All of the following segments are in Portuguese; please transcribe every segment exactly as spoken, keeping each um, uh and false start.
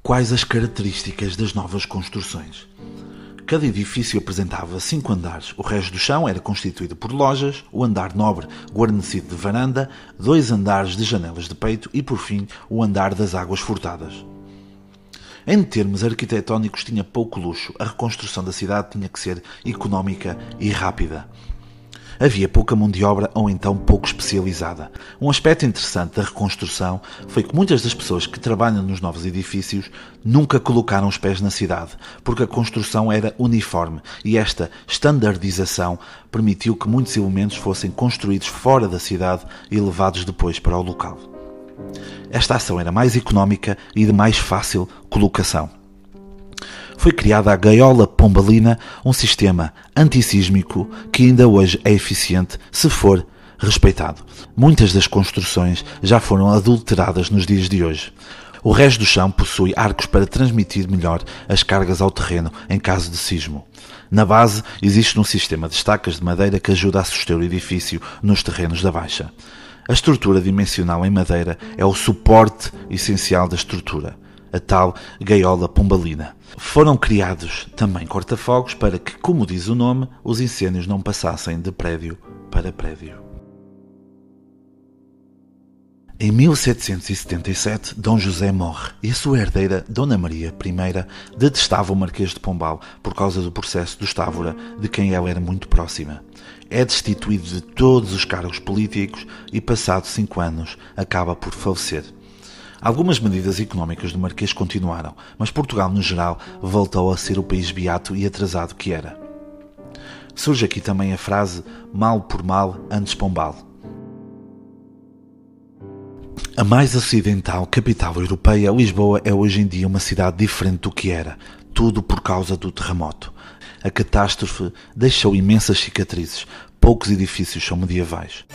Quais as características das novas construções? Cada edifício apresentava cinco andares. O resto do chão era constituído por lojas, o andar nobre guarnecido de varanda, dois andares de janelas de peito e, por fim, o andar das águas furtadas. Em termos arquitetónicos, tinha pouco luxo. A reconstrução da cidade tinha que ser económica e rápida. Havia pouca mão de obra ou então pouco especializada. Um aspecto interessante da reconstrução foi que muitas das pessoas que trabalham nos novos edifícios nunca colocaram os pés na cidade, porque a construção era uniforme e esta standardização permitiu que muitos elementos fossem construídos fora da cidade e levados depois para o local. Esta ação era mais económica e de mais fácil colocação. Foi criada a gaiola pombalina, um sistema antissísmico que ainda hoje é eficiente se for respeitado. Muitas das construções já foram adulteradas nos dias de hoje. O resto do chão possui arcos para transmitir melhor as cargas ao terreno em caso de sismo. Na base existe um sistema de estacas de madeira que ajuda a suster o edifício nos terrenos da baixa. A estrutura dimensional em madeira é o suporte essencial da estrutura, a tal gaiola pombalina. Foram criados também corta-fogos para que, como diz o nome, os incêndios não passassem de prédio para prédio. Em mil setecentos e setenta e sete, Dom José morre e a sua herdeira, Dona Maria I, detestava o Marquês de Pombal por causa do processo do Estávora, de quem ela era muito próxima. É destituído de todos os cargos políticos e, passados cinco anos, acaba por falecer. Algumas medidas económicas do Marquês continuaram, mas Portugal, no geral, voltou a ser o país beato e atrasado que era. Surge aqui também a frase mal por mal, antes Pombal. A mais ocidental capital europeia, Lisboa é hoje em dia uma cidade diferente do que era, tudo por causa do terremoto. A catástrofe deixou imensas cicatrizes, poucos edifícios são medievais.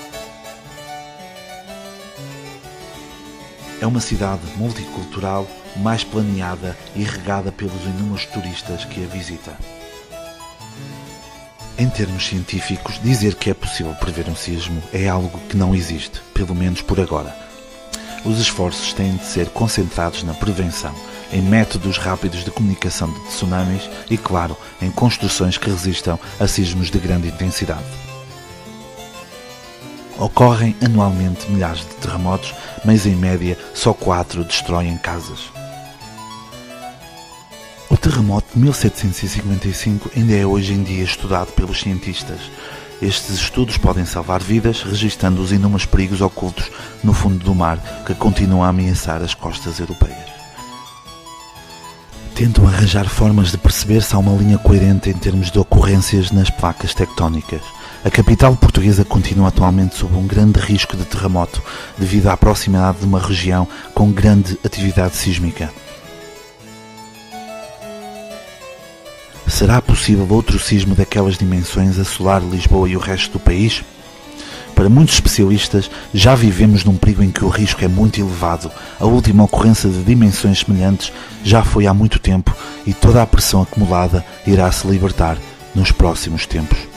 É uma cidade multicultural, mais planeada e regada pelos inúmeros turistas que a visitam. Em termos científicos, dizer que é possível prever um sismo é algo que não existe, pelo menos por agora. Os esforços têm de ser concentrados na prevenção, em métodos rápidos de comunicação de tsunamis e, claro, em construções que resistam a sismos de grande intensidade. Ocorrem anualmente milhares de terremotos, mas em média só quatro destroem casas. O terremoto de mil setecentos e cinquenta e cinco ainda é hoje em dia estudado pelos cientistas. Estes estudos podem salvar vidas, registando os inúmeros perigos ocultos no fundo do mar que continuam a ameaçar as costas europeias. Tentam arranjar formas de perceber se há uma linha coerente em termos de ocorrências nas placas tectónicas. A capital portuguesa continua atualmente sob um grande risco de terremoto devido à proximidade de uma região com grande atividade sísmica. Será possível outro sismo daquelas dimensões assolar Lisboa e o resto do país? Para muitos especialistas, já vivemos num período em que o risco é muito elevado. A última ocorrência de dimensões semelhantes já foi há muito tempo e toda a pressão acumulada irá se libertar nos próximos tempos.